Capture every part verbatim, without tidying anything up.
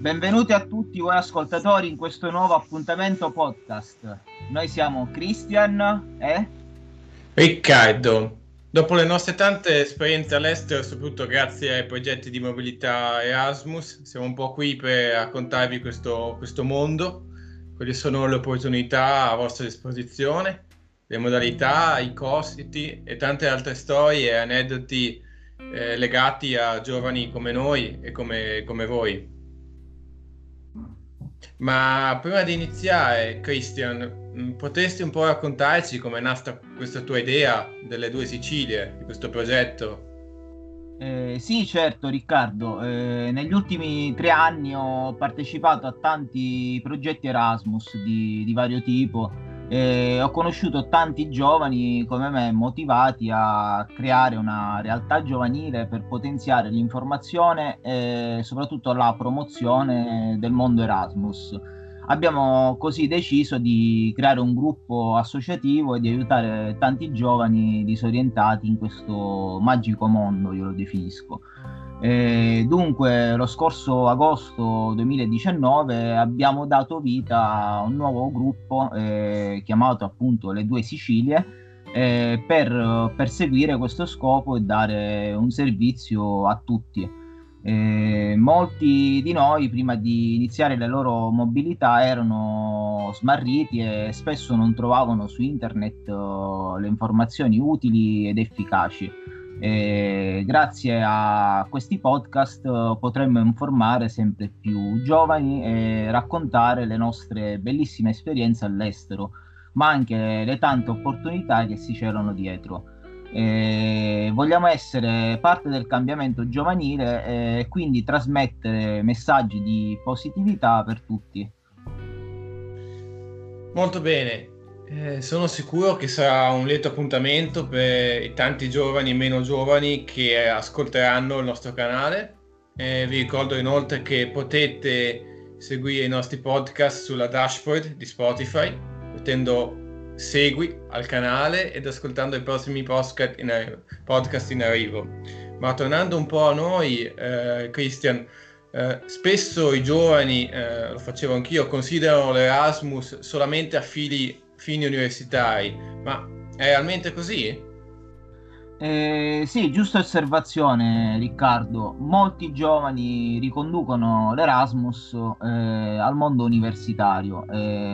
Benvenuti a tutti voi ascoltatori in questo nuovo appuntamento podcast. Noi siamo Christian e Riccardo. Dopo le nostre tante esperienze all'estero, soprattutto grazie ai progetti di mobilità Erasmus, siamo un po' qui per raccontarvi questo, questo mondo, quali sono le opportunità a vostra disposizione, le modalità, i costi e tante altre storie e aneddoti eh, legati a giovani come noi e come, come voi. Ma prima di iniziare, Christian, potresti un po' raccontarci come è nata questa tua idea delle due Sicilie, di questo progetto? Eh, sì, certo, Riccardo. Eh, negli ultimi tre anni ho partecipato a tanti progetti Erasmus di, di vario tipo. Eh, ho conosciuto tanti giovani come me motivati a creare una realtà giovanile per potenziare l'informazione e soprattutto la promozione del mondo Erasmus. Abbiamo così deciso di creare un gruppo associativo e di aiutare tanti giovani disorientati in questo magico mondo, io lo definisco. E dunque, lo scorso agosto duemiladiciannove abbiamo dato vita a un nuovo gruppo eh, chiamato appunto Le Due Sicilie eh, per perseguire questo scopo e dare un servizio a tutti. Eh, molti di noi prima di iniziare le loro mobilità erano smarriti e spesso non trovavano su internet uh, le informazioni utili ed efficaci. Eh, grazie a questi podcast uh, potremmo informare sempre più giovani e raccontare le nostre bellissime esperienze all'estero, ma anche le tante opportunità che si celano dietro. Eh, vogliamo essere parte del cambiamento giovanile e eh, quindi trasmettere messaggi di positività per tutti. Molto bene, eh, sono sicuro che sarà un lieto appuntamento per i tanti giovani e meno giovani che ascolteranno il nostro canale. Eh, vi ricordo inoltre che potete seguire i nostri podcast sulla dashboard di Spotify, mettendo segui al canale ed ascoltando i prossimi podcast in arrivo. Podcast in arrivo. Ma tornando un po' a noi, eh, Christian, eh, spesso i giovani, eh, lo facevo anch'io, considerano l'Erasmus solamente a fili, fini universitari, ma è realmente così? Eh, sì, giusta osservazione, Riccardo. Molti giovani riconducono l'Erasmus eh, al mondo universitario.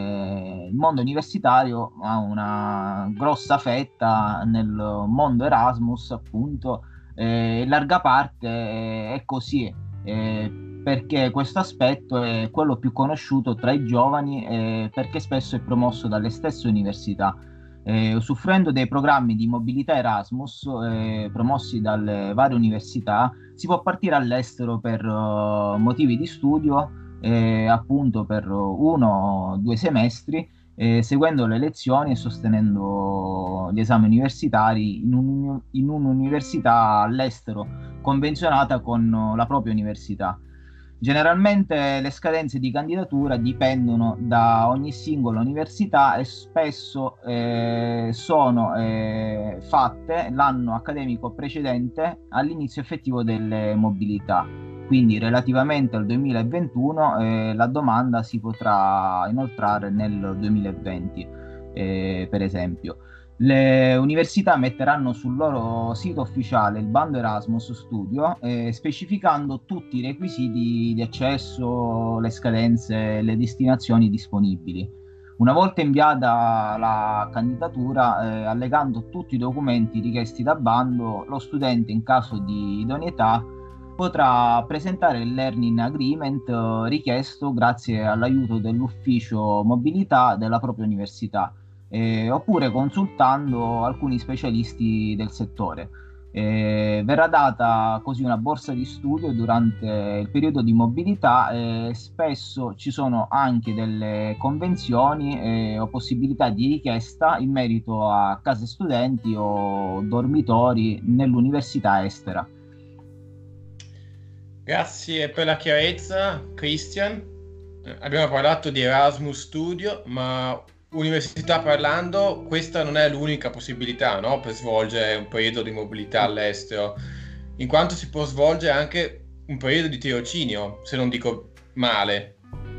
Eh, il mondo universitario ha una grossa fetta nel mondo Erasmus, appunto, eh, in larga parte eh, è così, eh, perché questo aspetto è quello più conosciuto tra i giovani, eh, perché spesso è promosso dalle stesse università. Eh, usufruendo dei programmi di mobilità Erasmus eh, promossi dalle varie università, si può partire all'estero per uh, motivi di studio, eh, appunto per uno o due semestri, eh, seguendo le lezioni e sostenendo gli esami universitari in, un, in un'università all'estero convenzionata con la propria università. Generalmente le scadenze di candidatura dipendono da ogni singola università e spesso eh, sono eh, fatte l'anno accademico precedente all'inizio effettivo delle mobilità. Quindi relativamente al duemilaventuno eh, la domanda si potrà inoltrare nel duemilaventi, eh, per esempio. Le università metteranno sul loro sito ufficiale il bando Erasmus Studio, eh, specificando tutti i requisiti di accesso, le scadenze e le destinazioni disponibili. Una volta inviata la candidatura, eh, allegando tutti i documenti richiesti da bando, lo studente, in caso di idoneità, potrà presentare il Learning Agreement eh, richiesto grazie all'aiuto dell'ufficio mobilità della propria università. Eh, oppure consultando alcuni specialisti del settore. Eh, verrà data così una borsa di studio durante il periodo di mobilità e spesso ci sono anche delle convenzioni eh, o possibilità di richiesta in merito a case studenti o dormitori nell'università estera. Grazie per la chiarezza, Christian. Eh, abbiamo parlato di Erasmus Studio, ma università parlando, questa non è l'unica possibilità, no, per svolgere un periodo di mobilità all'estero, in quanto si può svolgere anche un periodo di tirocinio, se non dico male.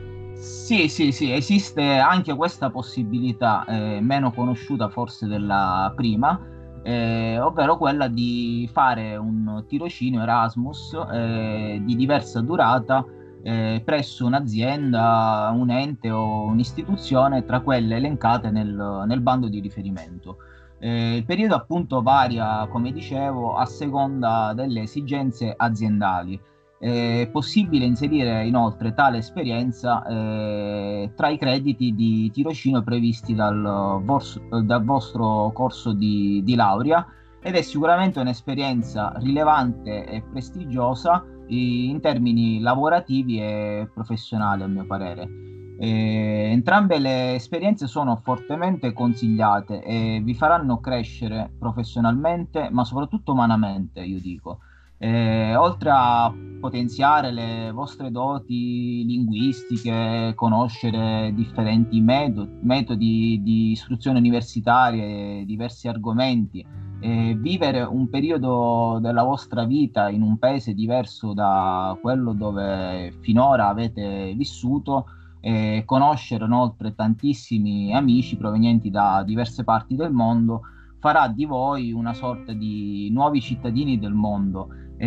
Sì, sì, sì, esiste anche questa possibilità, eh, meno conosciuta forse della prima, eh, ovvero quella di fare un tirocinio Erasmus eh, di diversa durata eh, presso un'azienda, un ente o un'istituzione tra quelle elencate nel, nel bando di riferimento. Eh, il periodo appunto varia, come dicevo, a seconda delle esigenze aziendali. È possibile inserire inoltre tale esperienza eh, tra i crediti di tirocinio previsti dal, vorso, dal vostro corso di, di laurea, ed è sicuramente un'esperienza rilevante e prestigiosa in termini lavorativi e professionali, a mio parere. Eh, entrambe le esperienze sono fortemente consigliate e vi faranno crescere professionalmente, ma soprattutto umanamente, io dico. Eh, oltre a potenziare le vostre doti linguistiche, conoscere differenti metodi, metodi di istruzione universitaria, diversi argomenti, eh, vivere un periodo della vostra vita in un paese diverso da quello dove finora avete vissuto, e conoscere inoltre tantissimi amici provenienti da diverse parti del mondo, farà di voi una sorta di nuovi cittadini del mondo.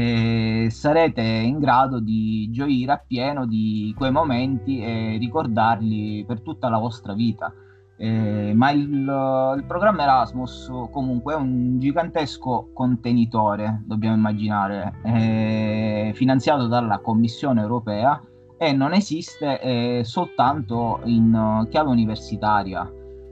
E sarete in grado di gioire appieno di quei momenti e ricordarli per tutta la vostra vita. Eh, ma il, il programma Erasmus comunque è un gigantesco contenitore, dobbiamo immaginare, eh, finanziato dalla Commissione europea, e non esiste eh, soltanto in chiave universitaria.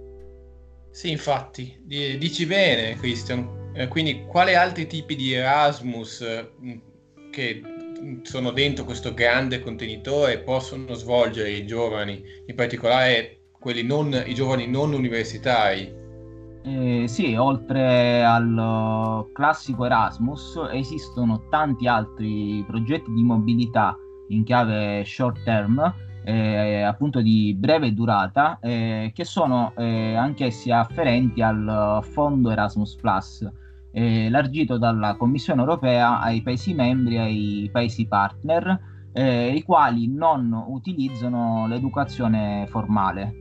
Sì, infatti, dici bene, Christian. Eh, quindi quali altri tipi di Erasmus eh, che sono dentro questo grande contenitore possono svolgere i giovani, in particolare quelli non, i giovani non universitari? Eh, sì, oltre al classico Erasmus esistono tanti altri progetti di mobilità in chiave short term, eh, appunto di breve durata, eh, che sono eh, anch'essi afferenti al fondo Erasmus Plus, eh, elargito dalla Commissione europea ai Paesi membri e ai Paesi partner, eh, i quali non utilizzano l'educazione formale.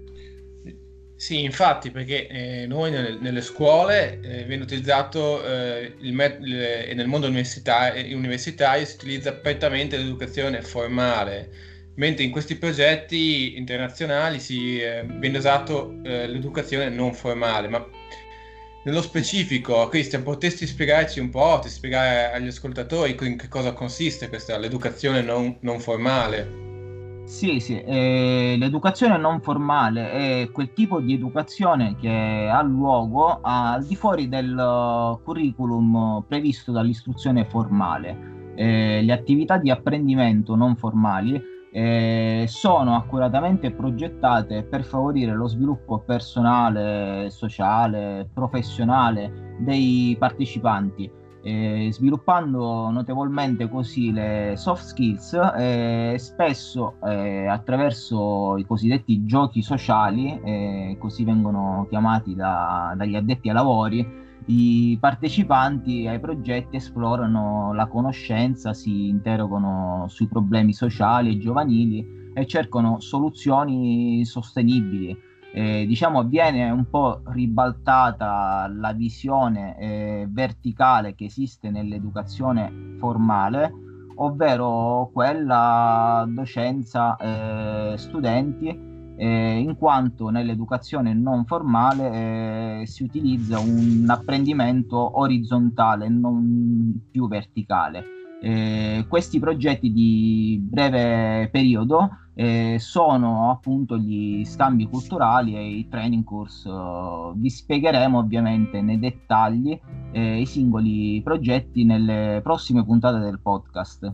Sì, infatti, perché eh, noi nelle, nelle scuole eh, viene utilizzato eh, il met- le, e nel mondo universitario, universitario si utilizza prettamente l'educazione formale, mentre in questi progetti internazionali si eh, viene usato eh, l'educazione non formale. Ma nello specifico, Christian, potresti spiegarci un po', potresti spiegare agli ascoltatori in che cosa consiste questa l'educazione non, non formale? Sì, sì, eh, l'educazione non formale è quel tipo di educazione che ha luogo al di fuori del uh, curriculum previsto dall'istruzione formale. Eh, le attività di apprendimento non formali eh, sono accuratamente progettate per favorire lo sviluppo personale, sociale, professionale dei partecipanti, Eh, sviluppando notevolmente così le soft skills, eh, spesso eh, attraverso i cosiddetti giochi sociali, eh, così vengono chiamati da, dagli addetti ai lavori. I partecipanti ai progetti esplorano la conoscenza, si interrogano sui problemi sociali e giovanili e cercano soluzioni sostenibili. Eh, diciamo viene un po' ribaltata la visione eh, verticale che esiste nell'educazione formale, ovvero quella docenza eh, studenti, eh, in quanto nell'educazione non formale eh, si utilizza un apprendimento orizzontale, non più verticale. Eh, questi progetti di breve periodo eh, sono appunto gli scambi culturali e i training course. Uh, vi spiegheremo ovviamente nei dettagli eh, i singoli progetti nelle prossime puntate del podcast.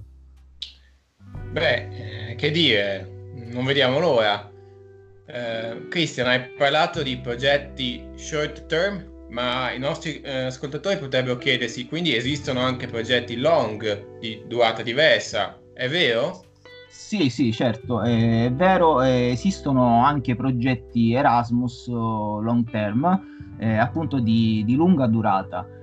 Beh, eh, che dire, non vediamo l'ora. Eh, Christian, hai parlato di progetti short term, ma i nostri eh, ascoltatori potrebbero chiedersi, quindi esistono anche progetti long di durata diversa, è vero? Sì, sì, certo, è vero, eh, esistono anche progetti Erasmus uh, long term, eh, appunto di, di lunga durata.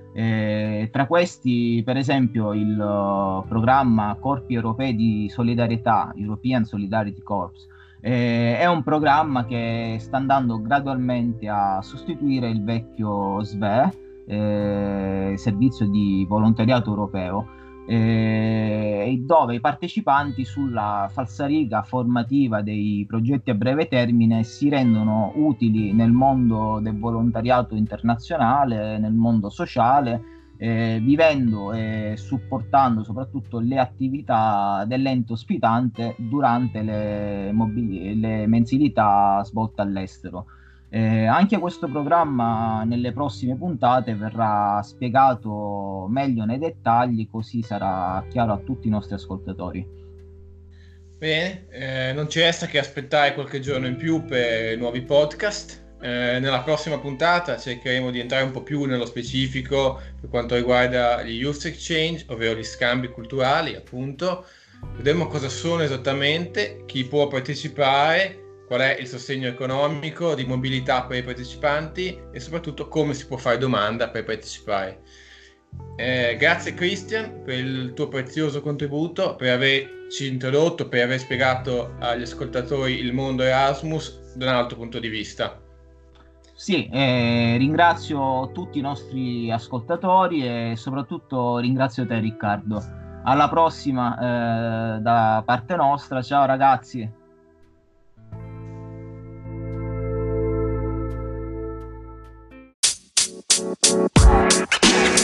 Eh, tra questi, per esempio, il uh, programma Corpi Europei di Solidarietà, European Solidarity Corps, eh, è un programma che sta andando gradualmente a sostituire il vecchio S V E, eh, Servizio di Volontariato Europeo, eh, dove i partecipanti sulla falsariga formativa dei progetti a breve termine si rendono utili nel mondo del volontariato internazionale, nel mondo sociale, eh, vivendo e supportando soprattutto le attività dell'ente ospitante durante le, mobili- le mensilità svolte all'estero. Eh, anche questo programma nelle prossime puntate verrà spiegato meglio nei dettagli, così sarà chiaro a tutti i nostri ascoltatori. Bene, eh, non ci resta che aspettare qualche giorno in più per nuovi podcast. Eh, nella prossima puntata cercheremo di entrare un po' più nello specifico per quanto riguarda gli Youth Exchange, ovvero gli scambi culturali, appunto. Vedremo cosa sono esattamente, chi può partecipare, qual è il sostegno economico di mobilità per i partecipanti e soprattutto come si può fare domanda per partecipare. Eh, grazie Christian per il tuo prezioso contributo, per averci introdotto, per aver spiegato agli ascoltatori il mondo Erasmus da un altro punto di vista. Sì, eh, ringrazio tutti i nostri ascoltatori e soprattutto ringrazio te, Riccardo. Alla prossima eh, da parte nostra, ciao ragazzi.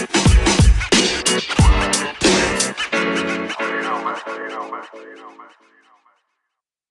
You know, man. You know, man.